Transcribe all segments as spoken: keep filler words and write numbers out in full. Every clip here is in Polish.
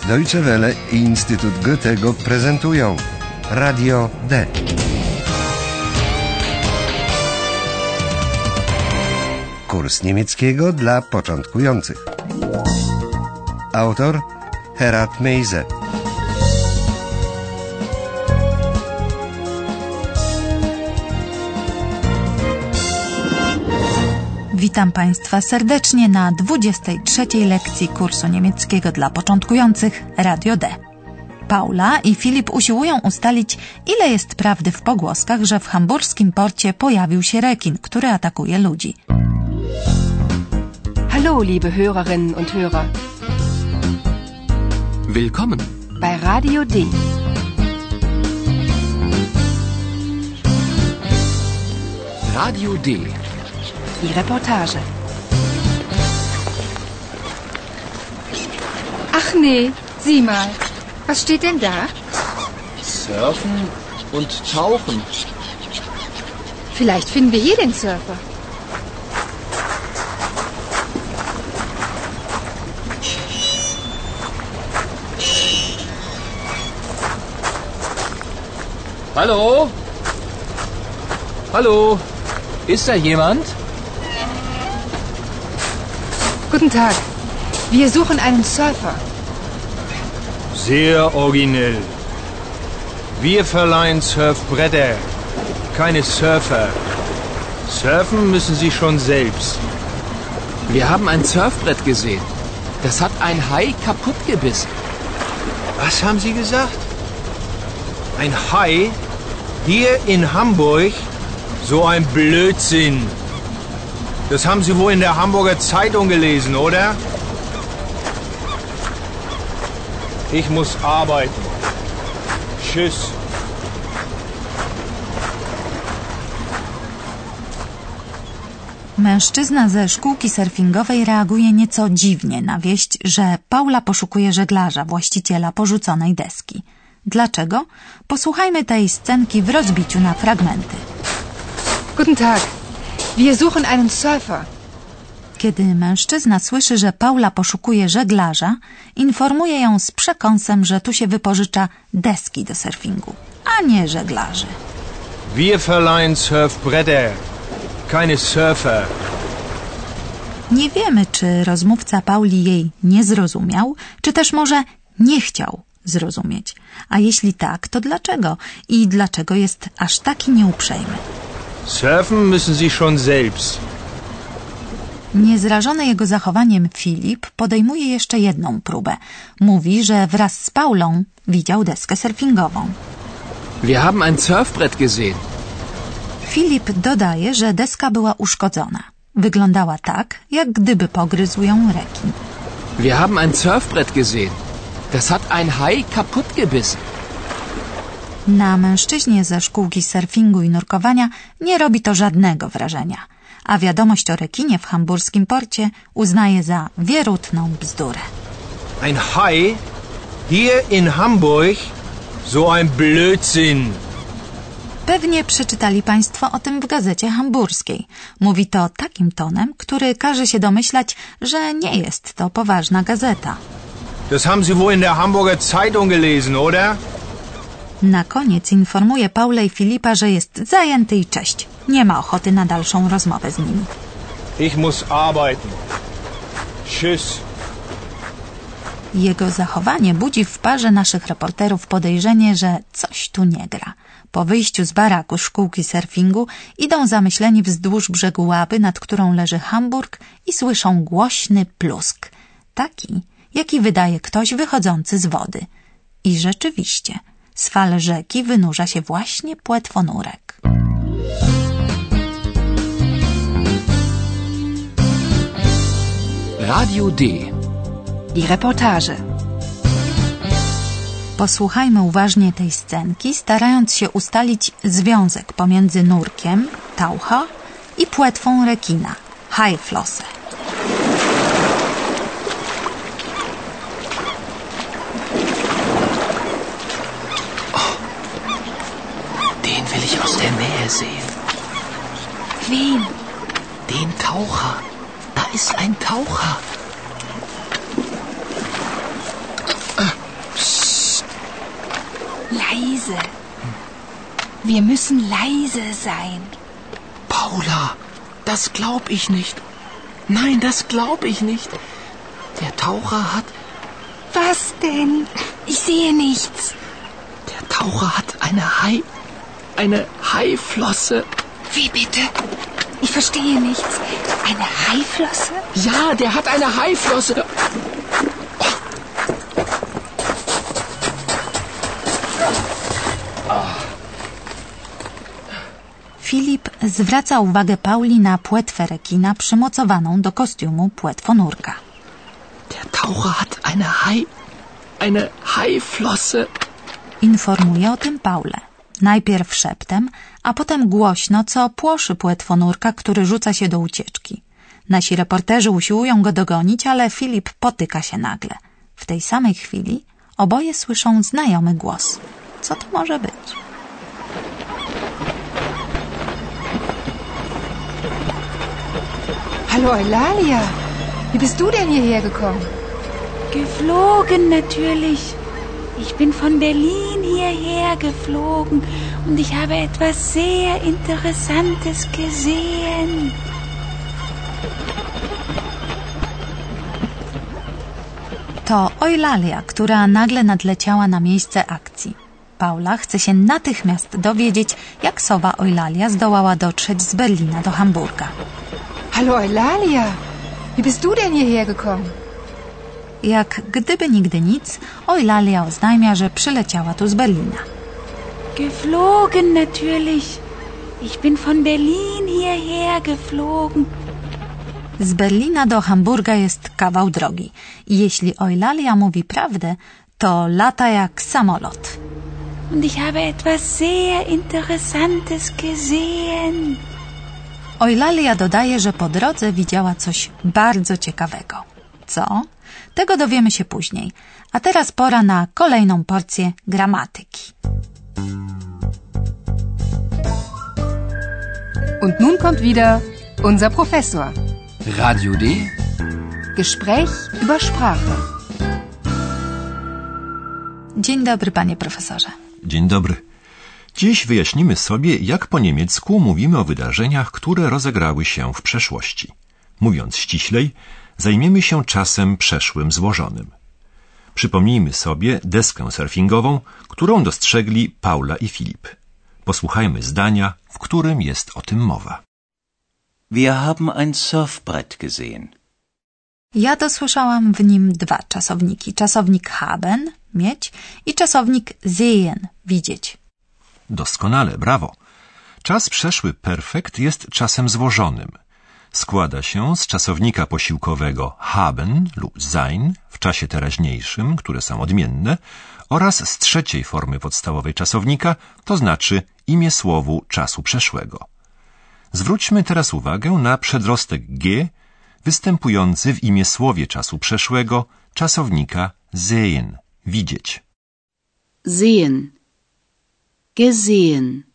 Deutsche Welle i Instytut Goethego prezentują Radio D. Kurs niemieckiego dla początkujących. Autor Herat Meise. Witam Państwa serdecznie na dwudziestej trzeciej lekcji kursu niemieckiego dla początkujących Radio D. Paula i Filip usiłują ustalić, ile jest prawdy w pogłoskach, że w hamburskim porcie pojawił się rekin, który atakuje ludzi. Hallo, liebe Hörerinnen und Hörer. Willkommen bei Radio D. Radio D. Die Reportage. Ach nee, sieh mal. Was steht denn da? Surfen und Tauchen. Vielleicht finden wir hier den Surfer. Hallo? Hallo? Ist da jemand? Guten Tag. Wir suchen einen Surfer. Sehr originell. Wir verleihen Surfbretter, keine Surfer. Surfen müssen Sie schon selbst. Wir haben ein Surfbrett gesehen. Das hat ein Hai kaputt gebissen. Was haben Sie gesagt? Ein Hai? Hier in Hamburg? So ein Blödsinn. Das haben Sie wohl in der Hamburger Zeitung gelesen, oder? Ich muss arbeiten. Tschüss. Mężczyzna ze szkółki surfingowej reaguje nieco dziwnie na wieść, że Paula poszukuje żeglarza, właściciela porzuconej deski. Dlaczego? Posłuchajmy tej scenki w rozbiciu na fragmenty. Guten Tag. Wir suchen einen Surfer. Kiedy mężczyzna słyszy, że Paula poszukuje żeglarza, informuje ją z przekąsem, że tu się wypożycza deski do surfingu, a nie żeglarzy. Wir verleihen Surfbretter, keine Surfer. Nie wiemy, czy rozmówca Pauli jej nie zrozumiał, czy też może nie chciał zrozumieć. A jeśli tak, to dlaczego? I dlaczego jest aż taki nieuprzejmy? Surfen müssen Sie schon selbst. Niezrażony jego zachowaniem Filip podejmuje jeszcze jedną próbę. Mówi, że wraz z Paulą widział deskę surfingową. Wir haben ein Surfbrett gesehen. Filip dodaje, że deska była uszkodzona. Wyglądała tak, jak gdyby pogryzł ją rekin. Wir haben ein Surfbrett gesehen. Das hat ein Hai kaputt gebissen. Na mężczyźnie ze szkółki surfingu i nurkowania nie robi to żadnego wrażenia, a wiadomość o rekinie w hamburskim porcie uznaje za wierutną bzdurę. Ein Hai? Hier in Hamburg? So ein Blödsinn. Pewnie przeczytali Państwo o tym w gazecie hamburskiej. Mówi to takim tonem, który każe się domyślać, że nie jest to poważna gazeta. Das haben Sie wohl in der Hamburger Zeitung gelesen, oder? Na koniec informuje Paulę i Filipa, że jest zajęty i cześć. Nie ma ochoty na dalszą rozmowę z nimi. Ich muss arbeiten. Tschüss. Jego zachowanie budzi w parze naszych reporterów podejrzenie, że coś tu nie gra. Po wyjściu z baraku szkółki surfingu idą zamyśleni wzdłuż brzegu Łaby, nad którą leży Hamburg, i słyszą głośny plusk. Taki, jaki wydaje ktoś wychodzący z wody. I rzeczywiście, z fal rzeki wynurza się właśnie płetwonurek. Radio D. Die Reportage. Posłuchajmy uważnie tej scenki, starając się ustalić związek pomiędzy nurkiem, Taucher, i płetwą rekina, Haiflosse. Den will ich aus der Nähe sehen. Wen? Den Taucher. Da ist ein Taucher. leise. Wir müssen leise sein. Paula, das glaub ich nicht. Nein, das glaub ich nicht. Der Taucher hat... Was denn? Ich sehe nichts. Der Taucher hat eine Hai... eine Haiflosse. Wie bitte? Ich verstehe nichts. Eine Haiflosse? Ja, der hat eine Haiflosse. Filip zwraca uwagę Pauli na płetwę rekina przymocowaną do kostiumu płetwonurka. Der Taucher hat eine Hai... eine Haiflosse. Informuje o tym Paulę. Najpierw szeptem, a potem głośno, co płoszy płetwonurka, który rzuca się do ucieczki. Nasi reporterzy usiłują go dogonić, ale Filip potyka się nagle. W tej samej chwili oboje słyszą znajomy głos. Co to może być? Hallo Eulalia, wie bist du denn hierher gekommen? Geflogen natürlich. Ich bin von Berlin hierher geflogen und ich habe etwas sehr Interessantes gesehen. To Eulalia, która nagle nadleciała na miejsce akcji. Paula chce się natychmiast dowiedzieć, jak sowa Eulalia zdołała dotrzeć z Berlina do Hamburga. Hallo Eulalia, wie bist du denn hierher gekommen? Jak gdyby nigdy nic, Eulalia oznajmia, że przyleciała tu z Berlina. Geflogen natürlich. Ich bin von Berlin hierher geflogen. Z Berlina do Hamburga jest kawał drogi. I jeśli Eulalia mówi prawdę, to lata jak samolot. Und ich habe etwas sehr Interessantes gesehen. Eulalia dodaje, że po drodze widziała coś bardzo ciekawego. Co? Tego dowiemy się później. A teraz pora na kolejną porcję gramatyki. Und nun kommt wieder unser Professor. Radio D. Gespräch über Sprache. Dzień dobry, panie profesorze. Dzień dobry. Dziś wyjaśnimy sobie, jak po niemiecku mówimy o wydarzeniach, które rozegrały się w przeszłości. Mówiąc ściślej, zajmiemy się czasem przeszłym złożonym. Przypomnijmy sobie deskę surfingową, którą dostrzegli Paula i Filip. Posłuchajmy zdania, w którym jest o tym mowa. Wir haben ein Surfbrett gesehen. Ja dosłyszałam w nim dwa czasowniki. Czasownik haben, mieć, i czasownik sehen, widzieć. Doskonale, brawo. Czas przeszły perfekt jest czasem złożonym. Składa się z czasownika posiłkowego haben lub sein w czasie teraźniejszym, które są odmienne, oraz z trzeciej formy podstawowej czasownika, to znaczy imiesłowu czasu przeszłego. Zwróćmy teraz uwagę na przedrostek G występujący w imiesłowie czasu przeszłego czasownika sehen, widzieć. Sehen. Gesehen.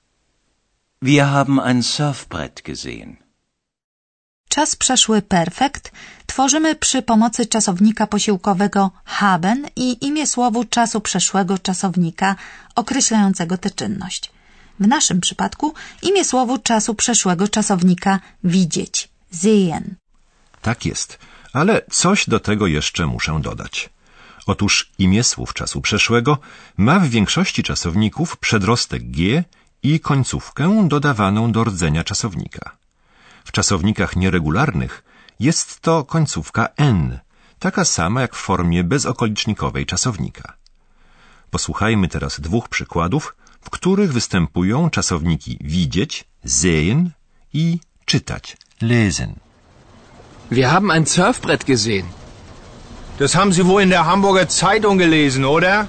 Wir haben ein Surfbrett gesehen. Czas przeszły perfekt tworzymy przy pomocy czasownika posiłkowego haben i imiesłowu czasu przeszłego czasownika określającego tę czynność. W naszym przypadku imiesłowu czasu przeszłego czasownika widzieć, sehen. Tak jest, ale coś do tego jeszcze muszę dodać. Otóż imiesłów czasu przeszłego ma w większości czasowników przedrostek G i końcówkę dodawaną do rdzenia czasownika. W czasownikach nieregularnych jest to końcówka N, taka sama jak w formie bezokolicznikowej czasownika. Posłuchajmy teraz dwóch przykładów, w których występują czasowniki widzieć, sehen i czytać, lesen. Wir haben ein Surfbrett gesehen. Das haben Sie wohl in der Hamburger Zeitung gelesen, oder?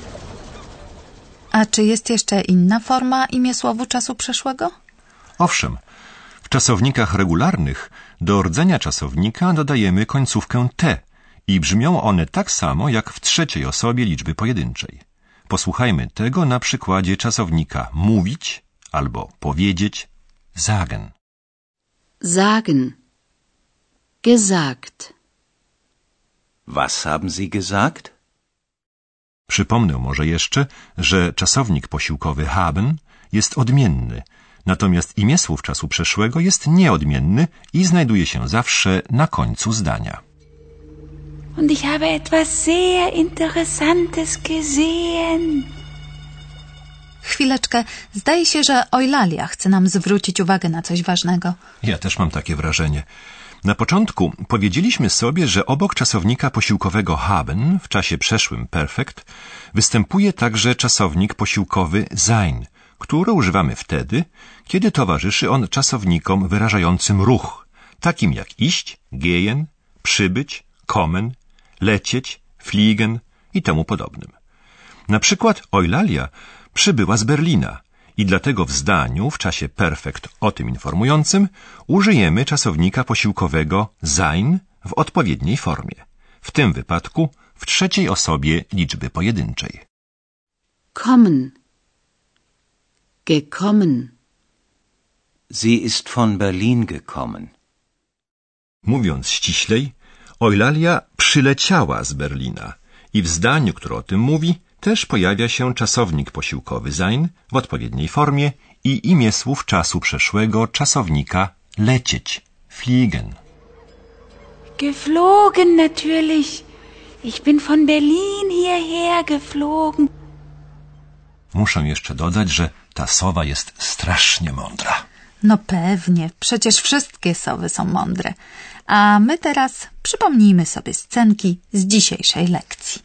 A czy jest jeszcze inna forma imiesłowu czasu przeszłego? Owszem, w czasownikach regularnych do rdzenia czasownika dodajemy końcówkę T i brzmią one tak samo jak w trzeciej osobie liczby pojedynczej. Posłuchajmy tego na przykładzie czasownika mówić albo powiedzieć, sagen. Sagen. Gesagt. Was haben Sie gesagt? Przypomnę może jeszcze, że czasownik posiłkowy haben jest odmienny, natomiast imię słów czasu przeszłego jest nieodmienny i znajduje się zawsze na końcu zdania. Und ich habe etwas sehr Interessantes gesehen. Chwileczkę, zdaje się, że Eulalia chce nam zwrócić uwagę na coś ważnego. Ja też mam takie wrażenie. Na początku powiedzieliśmy sobie, że obok czasownika posiłkowego haben w czasie przeszłym perfekt występuje także czasownik posiłkowy sein, który używamy wtedy, kiedy towarzyszy on czasownikom wyrażającym ruch, takim jak iść, gehen, przybyć, kommen, lecieć, fliegen i temu podobnym. Na przykład Eulalia przybyła z Berlina i dlatego w zdaniu w czasie perfekt o tym informującym użyjemy czasownika posiłkowego sein w odpowiedniej formie. W tym wypadku w trzeciej osobie liczby pojedynczej. Kommen. Gekommen. Sie ist von Berlin gekommen. Mówiąc ściślej, Eulalia przyleciała z Berlina i w zdaniu, które o tym mówi, też pojawia się czasownik posiłkowy sein w odpowiedniej formie i imię słów czasu przeszłego czasownika lecieć, fliegen. Geflogen natürlich. Ich bin von Berlin hierher geflogen. Muszę jeszcze dodać, że ta sowa jest strasznie mądra. No pewnie, przecież wszystkie sowy są mądre. A my teraz przypomnijmy sobie scenki z dzisiejszej lekcji.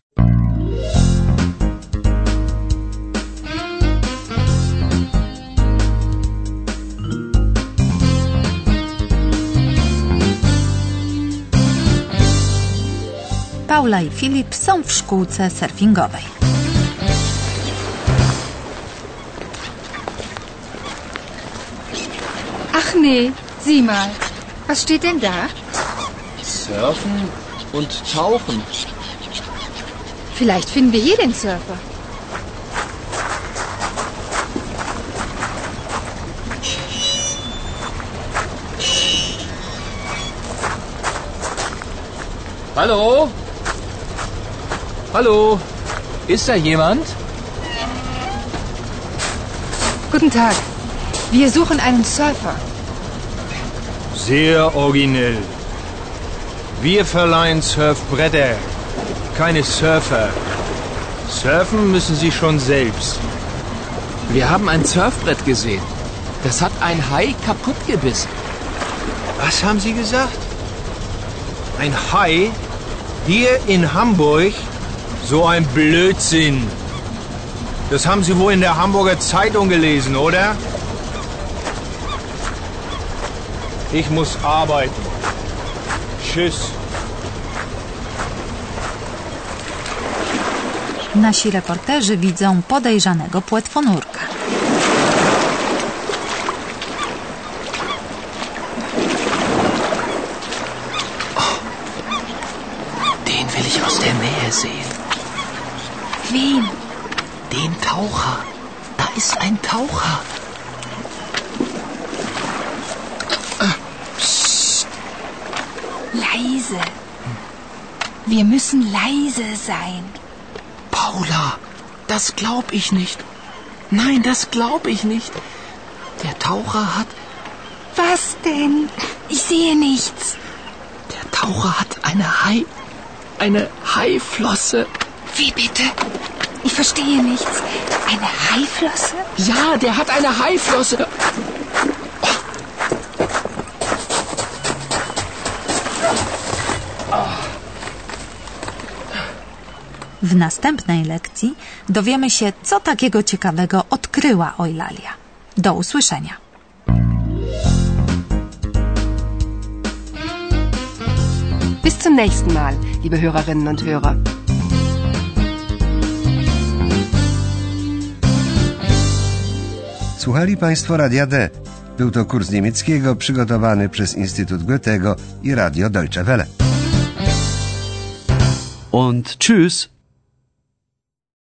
Paula i Filip są w szkółce surfingowej. Ach nee, sieh mal. Was steht denn da? Surfen und tauchen. Vielleicht finden wir hier den Surfer. Hallo? Hallo? Ist da jemand? Guten Tag. Wir suchen einen Surfer. Sehr originell. Wir verleihen Surfbretter, keine Surfer. Surfen müssen Sie schon selbst. Wir haben ein Surfbrett gesehen. Das hat ein Hai kaputt gebissen. Was haben Sie gesagt? Ein Hai? Hier in Hamburg? So ein Blödsinn. Das haben Sie wohl in der Hamburger Zeitung gelesen, oder? Ich muss arbeiten. Tschüss. Nasi reporterzy widzą podejrzanego płetwonurka. Den will ich aus der Nähe sehen. Wen? Den Taucher. Da ist ein Taucher. Leise. Wir müssen leise sein. Paula, das glaub ich nicht. Nein, das glaub ich nicht. Der Taucher hat... Was denn? Ich sehe nichts. Der Taucher hat eine Hai... eine Haiflosse. Wie bitte? Ich verstehe nichts. Eine Haiflosse? Ja, der hat eine Haiflosse. W następnej lekcji dowiemy się, co takiego ciekawego odkryła Eulalia. Do usłyszenia. Bis zum nächsten Mal, liebe Hörerinnen und Hörer. Słuchali Państwo Radia D. Był to kurs niemieckiego przygotowany przez Instytut Goethego i Radio Deutsche Welle. Und tschüss.